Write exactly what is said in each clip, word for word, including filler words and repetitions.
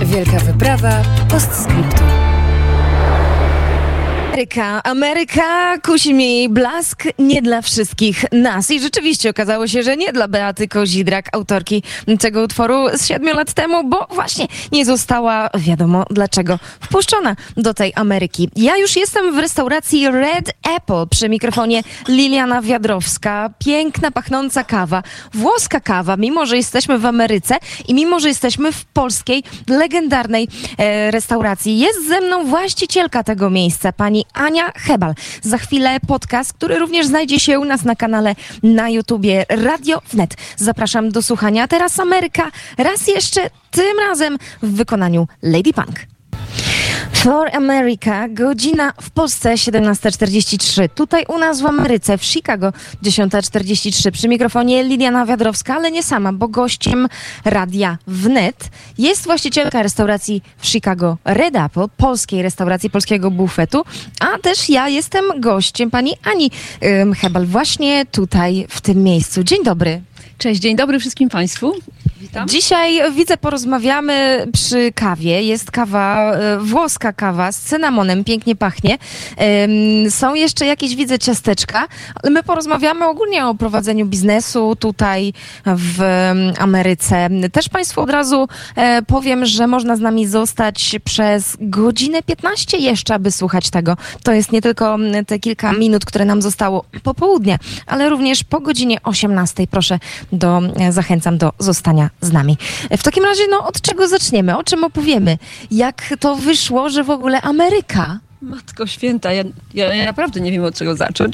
Wielka wyprawa postscriptum. Ameryka, Ameryka kusi mnie jej blask nie dla wszystkich nas. I rzeczywiście okazało się, że nie dla Beaty Kozidrak, autorki tego utworu z siedmiu lat temu, bo właśnie nie została, wiadomo dlaczego, wpuszczona do tej Ameryki. Ja już jestem w restauracji Red Apple, przy mikrofonie Liliana Wiadrowska. Piękna, pachnąca kawa, włoska kawa, mimo że jesteśmy w Ameryce i mimo że jesteśmy w polskiej, legendarnej e, restauracji. Jest ze mną właścicielka tego miejsca, pani Ania Hebal. Za chwilę podcast, który również znajdzie się u nas na kanale na YouTubie Radio Wnet. Zapraszam do słuchania. Teraz Ameryka, raz jeszcze, tym razem w wykonaniu Lady Punk. For America, godzina w Polsce siedemnasta czterdzieści trzy. Tutaj u nas w Ameryce, w Chicago dziesiąta czterdzieści trzy. Przy mikrofonie Liliana Wiadrowska, ale nie sama, bo gościem Radia Wnet jest właścicielka restauracji w Chicago Red Apple, polskiej restauracji, polskiego bufetu, a też ja jestem gościem pani Ani um, Hebal właśnie tutaj w tym miejscu. Dzień dobry. Cześć, dzień dobry wszystkim Państwu. Witam. Dzisiaj, widzę, porozmawiamy przy kawie. Jest kawa, e, włoska kawa z cynamonem, pięknie pachnie. E, są jeszcze jakieś, widzę, ciasteczka, ale my porozmawiamy ogólnie o prowadzeniu biznesu tutaj w Ameryce. Też Państwu od razu e, powiem, że można z nami zostać przez godzinę piętnaście jeszcze, aby słuchać tego. To jest nie tylko te kilka minut, które nam zostało po południe, ale również po godzinie osiemnastej. Proszę, do, e, zachęcam do zostania z nami. W takim razie, no, od czego zaczniemy? O czym opowiemy? Jak to wyszło, że w ogóle Ameryka? Matko święta, ja, ja, ja naprawdę nie wiem, od czego zacząć.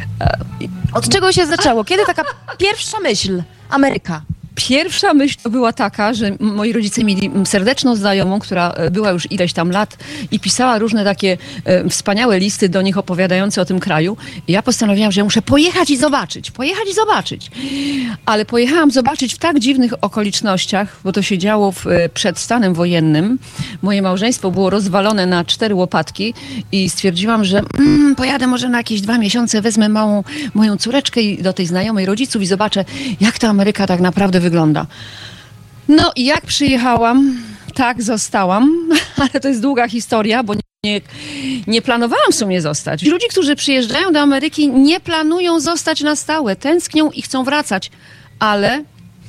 Od czego się zaczęło? Kiedy taka pierwsza myśl? Ameryka. Pierwsza myśl to była taka, że moi rodzice mieli serdeczną znajomą, która była już ileś tam lat i pisała różne takie e, wspaniałe listy do nich opowiadające o tym kraju. I ja postanowiłam, że ja muszę pojechać i zobaczyć, pojechać i zobaczyć. Ale pojechałam zobaczyć w tak dziwnych okolicznościach, bo to się działo w, przed stanem wojennym. Moje małżeństwo było rozwalone na cztery łopatki i stwierdziłam, że mm, pojadę może na jakieś dwa miesiące, wezmę małą moją córeczkę i do tej znajomej rodziców i zobaczę, jak ta Ameryka tak naprawdę wygląda. No i jak przyjechałam, tak zostałam, ale to jest długa historia, bo nie, nie planowałam w sumie zostać. Ludzi, którzy przyjeżdżają do Ameryki, nie planują zostać na stałe, tęsknią i chcą wracać, ale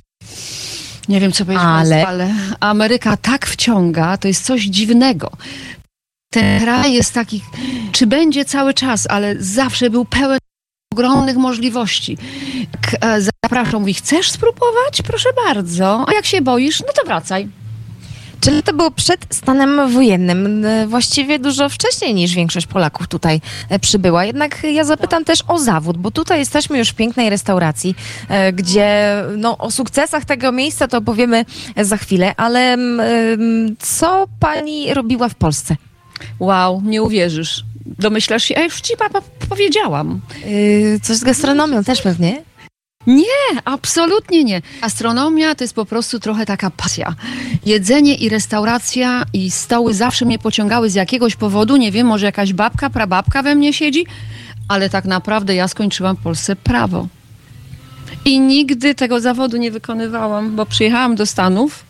nie wiem, co powiedzieć, ale... ale Ameryka tak wciąga, to jest coś dziwnego. Ten kraj jest taki, czy będzie cały czas, ale zawsze był pełen ogromnych możliwości. K- zapraszam, mówi, chcesz spróbować? Proszę bardzo. A jak się boisz, no to wracaj. Czyli to było przed stanem wojennym. Właściwie dużo wcześniej niż większość Polaków tutaj przybyła. Jednak ja zapytam też o zawód, bo tutaj jesteśmy już w pięknej restauracji, gdzie no, o sukcesach tego miejsca to opowiemy za chwilę, ale co pani robiła w Polsce? Wow, nie uwierzysz. Domyślasz się? Ja już ci papa powiedziałam. Yy, coś z gastronomią też pewnie? Nie, absolutnie nie. Gastronomia to jest po prostu trochę taka pasja. Jedzenie i restauracja i stoły zawsze mnie pociągały z jakiegoś powodu. Nie wiem, może jakaś babka, prababka we mnie siedzi, ale tak naprawdę ja skończyłam w Polsce prawo. I nigdy tego zawodu nie wykonywałam, bo przyjechałam do Stanów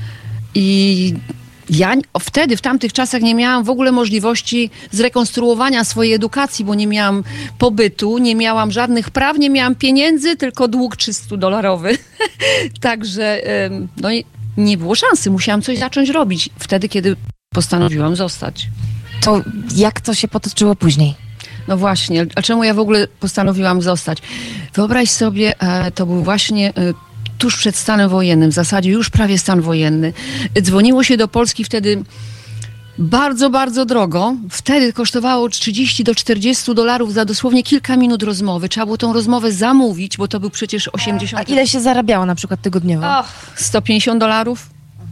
i ja wtedy, w tamtych czasach nie miałam w ogóle możliwości zrekonstruowania swojej edukacji, bo nie miałam pobytu, nie miałam żadnych praw, nie miałam pieniędzy, tylko dług trzysta dolarowy. Także no i nie było szansy, musiałam coś zacząć robić wtedy, kiedy postanowiłam zostać. To jak to się potoczyło później? No właśnie, a czemu ja w ogóle postanowiłam zostać? Wyobraź sobie, to był właśnie tuż przed stanem wojennym, w zasadzie już prawie stan wojenny. Dzwoniło się do Polski wtedy bardzo, bardzo drogo. Wtedy kosztowało trzydzieści do czterdziestu dolarów za dosłownie kilka minut rozmowy. Trzeba było tą rozmowę zamówić, bo to był przecież osiemdziesiąt... A ile się zarabiało na przykład tygodniowo? Och, sto pięćdziesiąt dolarów.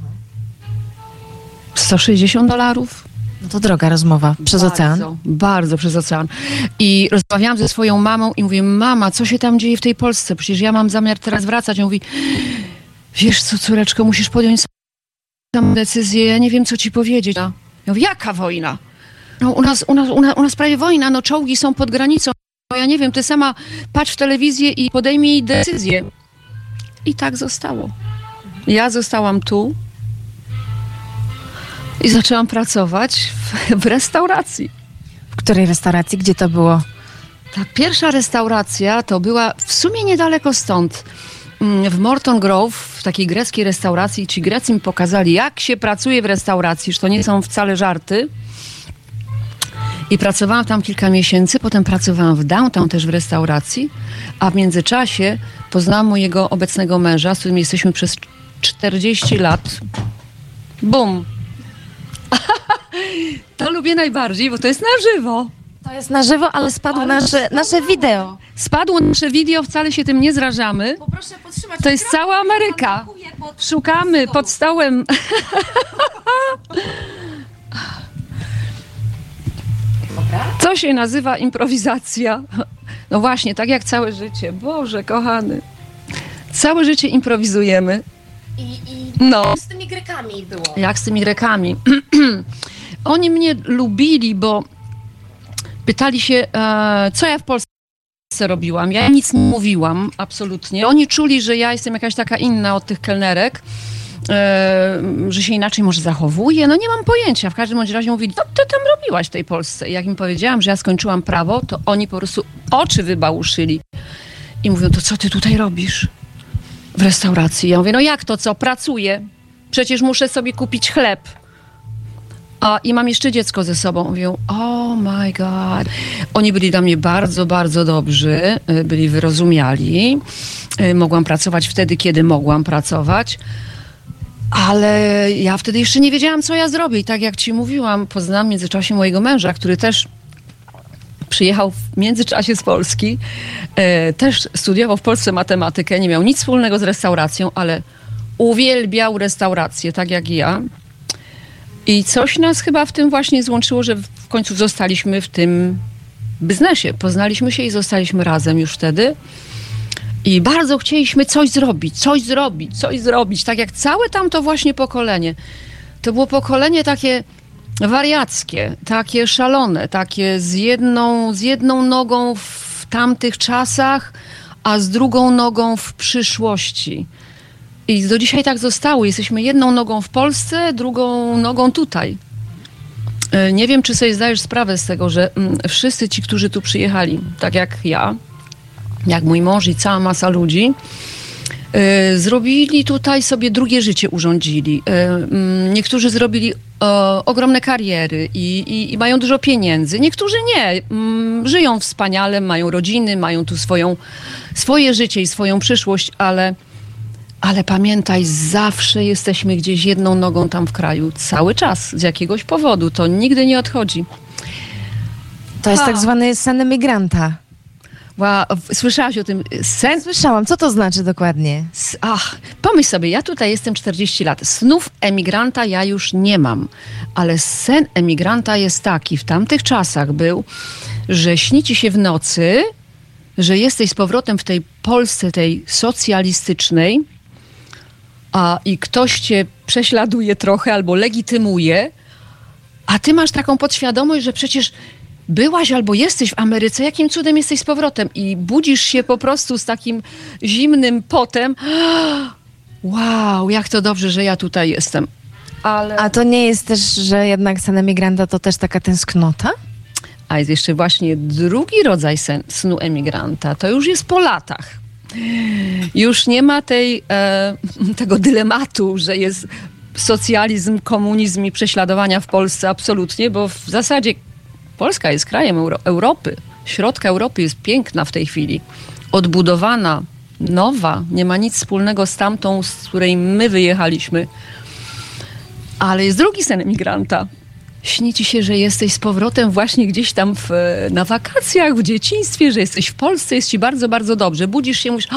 sto sześćdziesiąt dolarów. No to droga rozmowa przez bardzo, ocean. Bardzo przez ocean. I rozmawiałam ze swoją mamą i mówię, mama, co się tam dzieje w tej Polsce? Przecież ja mam zamiar teraz wracać. On mówi, wiesz co, córeczko, musisz podjąć samą decyzję, ja nie wiem, co ci powiedzieć. Ja mówię, jaka wojna? No, u nas, u nas, u nas, u nas prawie wojna, no czołgi są pod granicą. No, ja nie wiem, ty sama patrz w telewizję i podejmij decyzję. I tak zostało. Ja zostałam tu. I zaczęłam pracować w, w restauracji. W której restauracji? Gdzie to było? Ta pierwsza restauracja to była w sumie niedaleko stąd. W Morton Grove, w takiej greckiej restauracji. Ci Grecy mi pokazali, jak się pracuje w restauracji, że to nie są wcale żarty. I pracowałam tam kilka miesięcy, potem pracowałam w downtown też w restauracji, a w międzyczasie poznałam mojego obecnego męża, z którym jesteśmy przez czterdzieści lat. Bum! To lubię najbardziej, bo to jest na żywo. To jest na żywo, ale spadło nasze, nasze wideo. Spadło nasze wideo, wcale się tym nie zrażamy. Poproszę podtrzymać. To jest cała Ameryka. Szukamy pod stołem. To się nazywa improwizacja. No właśnie, tak jak całe życie. Boże, kochany. Całe życie improwizujemy. I, i No. z tymi Grekami było. Jak z tymi Grekami. Oni mnie lubili, bo pytali się, e, co ja w Polsce robiłam. Ja nic nie mówiłam, absolutnie. Oni czuli, że ja jestem jakaś taka inna od tych kelnerek, e, że się inaczej może zachowuję. No nie mam pojęcia. W każdym bądź razie mówili, co ty tam robiłaś w tej Polsce? I jak im powiedziałam, że ja skończyłam prawo, to oni po prostu oczy wybałuszyli. I mówią, to co ty tutaj robisz w restauracji? Ja mówię, no jak to co? Pracuję. Przecież muszę sobie kupić chleb. A, I mam jeszcze dziecko ze sobą. Mówią, oh my God. Oni byli dla mnie bardzo, bardzo dobrzy. Byli wyrozumiali. Mogłam pracować wtedy, kiedy mogłam pracować. Ale ja wtedy jeszcze nie wiedziałam, co ja zrobię. I tak jak ci mówiłam, poznałam w międzyczasie mojego męża, który też przyjechał w międzyczasie z Polski. E, też studiował w Polsce matematykę. Nie miał nic wspólnego z restauracją, ale uwielbiał restaurację, tak jak ja. I coś nas chyba w tym właśnie złączyło, że w końcu zostaliśmy w tym biznesie. Poznaliśmy się i zostaliśmy razem już wtedy. I bardzo chcieliśmy coś zrobić, coś zrobić, coś zrobić. Tak jak całe tamto właśnie pokolenie. To było pokolenie takie wariackie, takie szalone, takie z jedną, z jedną nogą w tamtych czasach, a z drugą nogą w przyszłości. I do dzisiaj tak zostało. Jesteśmy jedną nogą w Polsce, drugą nogą tutaj. Nie wiem, czy sobie zdajesz sprawę z tego, że wszyscy ci, którzy tu przyjechali, tak jak ja, jak mój mąż i cała masa ludzi, y, zrobili tutaj sobie drugie życie, urządzili. Y, y, niektórzy zrobili y, ogromne kariery i, i, i mają dużo pieniędzy. Niektórzy nie. Y, żyją wspaniale, mają rodziny, mają tu swoją, swoje życie i swoją przyszłość, ale, ale pamiętaj, zawsze jesteśmy gdzieś jedną nogą tam w kraju. Cały czas, z jakiegoś powodu. To nigdy nie odchodzi. To jest Ha. tak zwany sen emigranta. Wow, słyszałaś o tym? Sen? Słyszałam, co to znaczy dokładnie? Ach, pomyśl sobie, ja tutaj jestem czterdzieści lat. Snów emigranta ja już nie mam, ale sen emigranta jest taki, w tamtych czasach był, że śni ci się w nocy, że jesteś z powrotem w tej Polsce, tej socjalistycznej, a i ktoś cię prześladuje trochę albo legitymuje, a ty masz taką podświadomość, że przecież byłaś albo jesteś w Ameryce, jakim cudem jesteś z powrotem i budzisz się po prostu z takim zimnym potem. Wow, jak to dobrze, że ja tutaj jestem. Ale... A to nie jest też, że jednak sen emigranta to też taka tęsknota? A jest jeszcze właśnie drugi rodzaj sen, snu emigranta. To już jest po latach. Już nie ma tej, e, tego dylematu, że jest socjalizm, komunizm i prześladowania w Polsce. Absolutnie, bo w zasadzie Polska jest krajem Euro- Europy. Środka Europy jest piękna w tej chwili. Odbudowana, nowa. Nie ma nic wspólnego z tamtą, z której my wyjechaliśmy. Ale jest drugi sen emigranta. Śni ci się, że jesteś z powrotem właśnie gdzieś tam w, na wakacjach, w dzieciństwie, że jesteś w Polsce, jest ci bardzo, bardzo dobrze. Budzisz się i mówisz,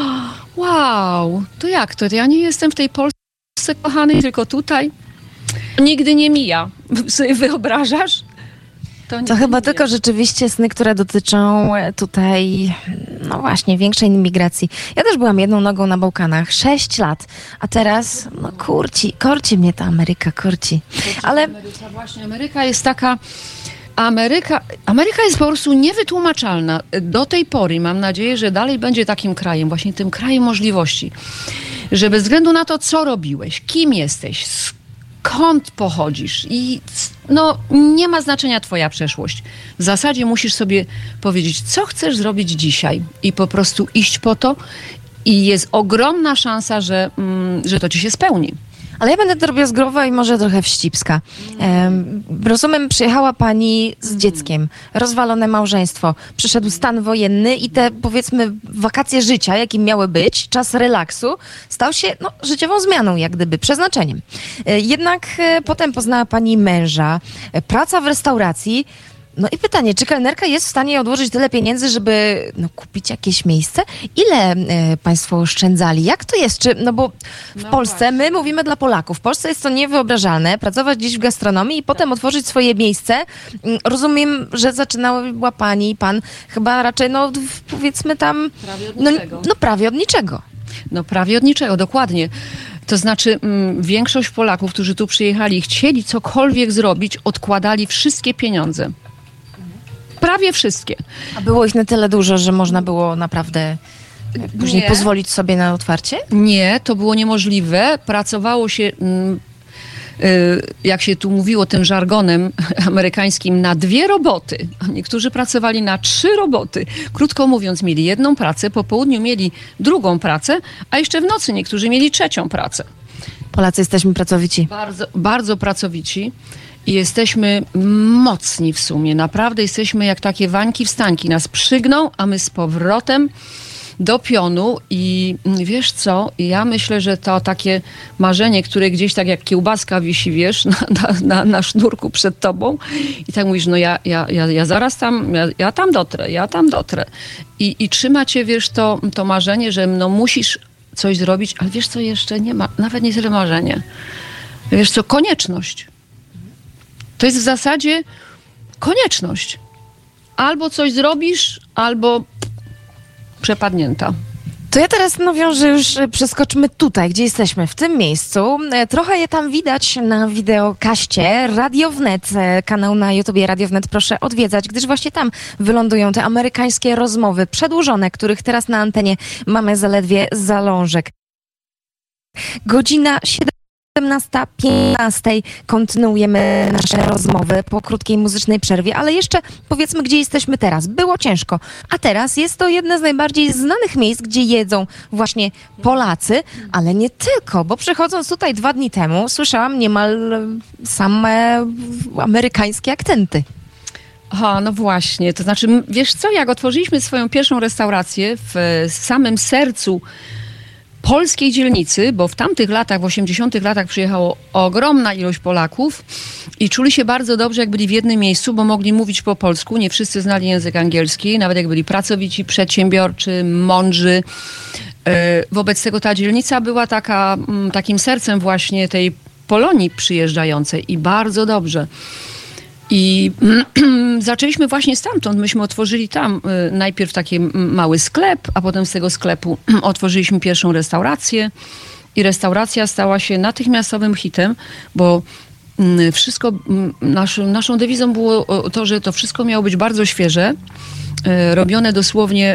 wow, to jak to? Ja nie jestem w tej Polsce kochanej, tylko tutaj. Nigdy nie mija. Sobie wyobrażasz? To, To chyba tylko rzeczywiście sny, które dotyczą tutaj, no właśnie, większej imigracji. Ja też byłam jedną nogą na Bałkanach, sześć lat, a teraz, no kurci, korci mnie ta Ameryka, korci. Ale Ameryka, właśnie, Ameryka jest taka... Ameryka, Ameryka jest po prostu niewytłumaczalna. Do tej pory i mam nadzieję, że dalej będzie takim krajem, właśnie tym krajem możliwości. Że bez względu na to, co robiłeś, kim jesteś, skąd pochodzisz i no, nie ma znaczenia twoja przeszłość. W zasadzie musisz sobie powiedzieć, co chcesz zrobić dzisiaj i po prostu iść po to i jest ogromna szansa, że, mm, że to ci się spełni. Ale ja będę drobiazgowa i może trochę wścibska. Um, rozumiem, przyjechała pani z dzieckiem, rozwalone małżeństwo, przyszedł stan wojenny i te, powiedzmy, wakacje życia, jakim miały być, czas relaksu, stał się no, życiową zmianą, jak gdyby, przeznaczeniem. E, jednak e, potem poznała pani męża, e, praca w restauracji. No i pytanie, czy kelnerka jest w stanie odłożyć tyle pieniędzy, żeby no, kupić jakieś miejsce? Ile e, państwo oszczędzali? Jak to jest? Czy, no bo w No Polsce, właśnie. my mówimy dla Polaków, w Polsce jest to niewyobrażalne, pracować gdzieś w gastronomii i potem otworzyć swoje miejsce. Mm, Rozumiem, że zaczynała pani i pan chyba raczej, no w- powiedzmy tam... Prawie od No, niczego. no prawie od niczego. No prawie od niczego, dokładnie. To znaczy mm, większość Polaków, którzy tu przyjechali i chcieli cokolwiek zrobić, odkładali wszystkie pieniądze. Prawie wszystkie. A było ich na tyle dużo, że można było naprawdę e, później Nie. pozwolić sobie na otwarcie? Nie, to było niemożliwe. Pracowało się, mm, y, jak się tu mówiło tym żargonem amerykańskim, na dwie roboty. A niektórzy pracowali na trzy roboty. Krótko mówiąc, mieli jedną pracę, po południu mieli drugą pracę, a jeszcze w nocy niektórzy mieli trzecią pracę. Polacy jesteśmy pracowici. Bardzo, bardzo pracowici i jesteśmy mocni w sumie. Naprawdę jesteśmy jak takie wańki wstańki. Nas przygną, a my z powrotem do pionu i wiesz co, ja myślę, że to takie marzenie, które gdzieś tak jak kiełbaska wisi, wiesz, na, na, na, na sznurku przed tobą i tak mówisz, no ja, ja, ja, ja zaraz tam, ja, ja tam dotrę, ja tam dotrę. I, i trzyma cię, wiesz, to, to marzenie, że no musisz coś zrobić, ale wiesz co, jeszcze nie ma, nawet nie tyle marzenie. Wiesz co, konieczność. To jest w zasadzie konieczność. Albo coś zrobisz, albo przepadnięta. To ja teraz nawiążę już, e, przeskoczmy tutaj, gdzie jesteśmy, w tym miejscu. E, Trochę je tam widać na wideokaście. Radio Wnet, e, kanał na YouTubie Radio Wnet, proszę odwiedzać, gdyż właśnie tam wylądują te amerykańskie rozmowy przedłużone, których teraz na antenie mamy zaledwie zalążek. Godzina siedemnasta piętnaście kontynuujemy nasze rozmowy po krótkiej muzycznej przerwie, ale jeszcze powiedzmy, gdzie jesteśmy teraz. Było ciężko, a teraz jest to jedne z najbardziej znanych miejsc, gdzie jedzą właśnie Polacy, ale nie tylko, bo przychodząc tutaj dwa dni temu słyszałam niemal e, same amerykańskie akcenty. Aha, no właśnie. To znaczy, m, wiesz co, jak otworzyliśmy swoją pierwszą restaurację w e, samym sercu polskiej dzielnicy, bo w tamtych latach, w osiemdziesiątych latach przyjechało ogromna ilość Polaków i czuli się bardzo dobrze, jak byli w jednym miejscu, bo mogli mówić po polsku. Nie wszyscy znali język angielski, nawet jak byli pracowici, przedsiębiorczy, mądrzy. E, Wobec tego ta dzielnica była taka, mm, takim sercem właśnie tej Polonii przyjeżdżającej i bardzo dobrze. I zaczęliśmy właśnie stamtąd. Myśmy otworzyli tam y, najpierw taki m- mały sklep, a potem z tego sklepu otworzyliśmy pierwszą restaurację. I restauracja stała się natychmiastowym hitem, bo mm, wszystko, mm, naszą, naszą dewizą było o, to, że to wszystko miało być bardzo świeże, y, robione dosłownie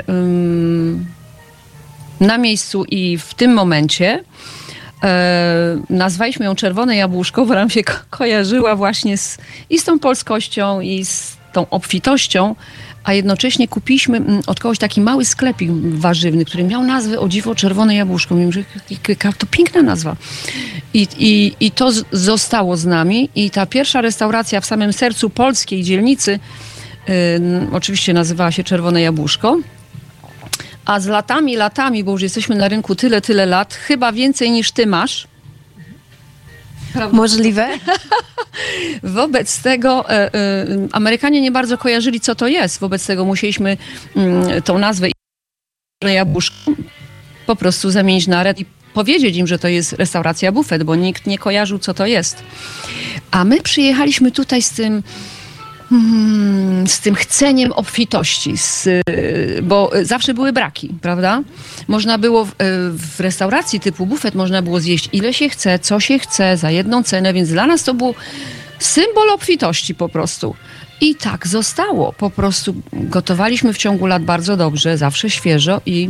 y, na miejscu i w tym momencie. E, nazwaliśmy ją Czerwone Jabłuszko, bo nam się ko- kojarzyła właśnie z, i z tą polskością, i z tą obfitością, a jednocześnie kupiliśmy mm, od kogoś taki mały sklepik warzywny, który miał nazwę, o dziwo, Czerwone Jabłuszko. Mówię, że jaka to piękna nazwa. I, i, i to z, zostało z nami i ta pierwsza restauracja w samym sercu polskiej dzielnicy y, oczywiście nazywała się Czerwone Jabłuszko. A z latami, latami, bo już jesteśmy na rynku tyle, tyle lat, chyba więcej niż ty masz. Możliwe? Wobec tego e, e, Amerykanie nie bardzo kojarzyli, co to jest. Wobec tego musieliśmy mm, tą nazwę Jabłuszko po prostu zamienić na red i powiedzieć im, że to jest restauracja bufet, bo nikt nie kojarzył, co to jest. A my przyjechaliśmy tutaj z tym Hmm, z tym chceniem obfitości, z, bo zawsze były braki, prawda? Można było w, w restauracji typu bufet można było zjeść ile się chce, co się chce, za jedną cenę, więc dla nas to był symbol obfitości po prostu. I tak zostało. Po prostu gotowaliśmy w ciągu lat bardzo dobrze, zawsze świeżo i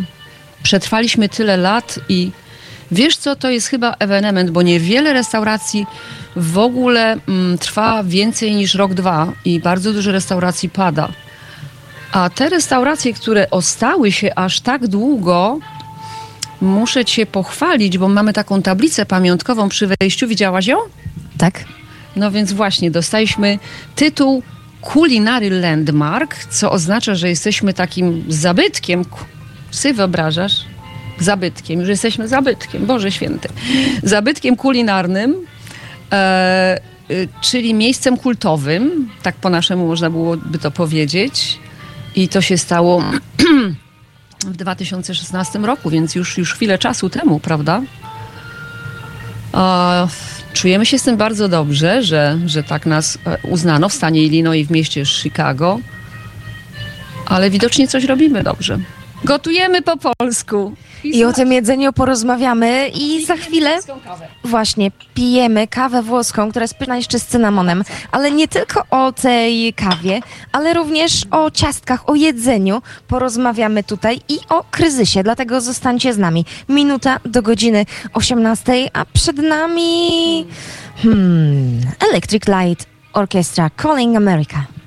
przetrwaliśmy tyle lat i wiesz co, to jest chyba ewenement, bo niewiele restauracji w ogóle mm, trwa więcej niż rok, dwa i bardzo dużo restauracji pada. A te restauracje, które ostały się aż tak długo, muszę cię pochwalić, bo mamy taką tablicę pamiątkową przy wejściu. Widziałaś ją? Tak? No więc właśnie, dostaliśmy tytuł Culinary Landmark, co oznacza, że jesteśmy takim zabytkiem. Sy wyobrażasz? Zabytkiem, już jesteśmy zabytkiem, Boże Święty. Zabytkiem kulinarnym, e, y, czyli miejscem kultowym, tak po naszemu można byłoby to powiedzieć. I to się stało w dwa tysiące szesnastym roku, więc już, już chwilę czasu temu, prawda? E, czujemy się z tym bardzo dobrze, że, że tak nas uznano w stanie Illinois, w mieście Chicago, ale widocznie coś robimy dobrze. Gotujemy po polsku. I o tym jedzeniu porozmawiamy i za chwilę właśnie pijemy kawę włoską, która jest pyszna jeszcze z cynamonem, ale nie tylko o tej kawie, ale również o ciastkach, o jedzeniu porozmawiamy tutaj i o kryzysie, dlatego zostańcie z nami. Minuta do godziny osiemnastej, a przed nami hmm, Electric Light Orchestra Calling America.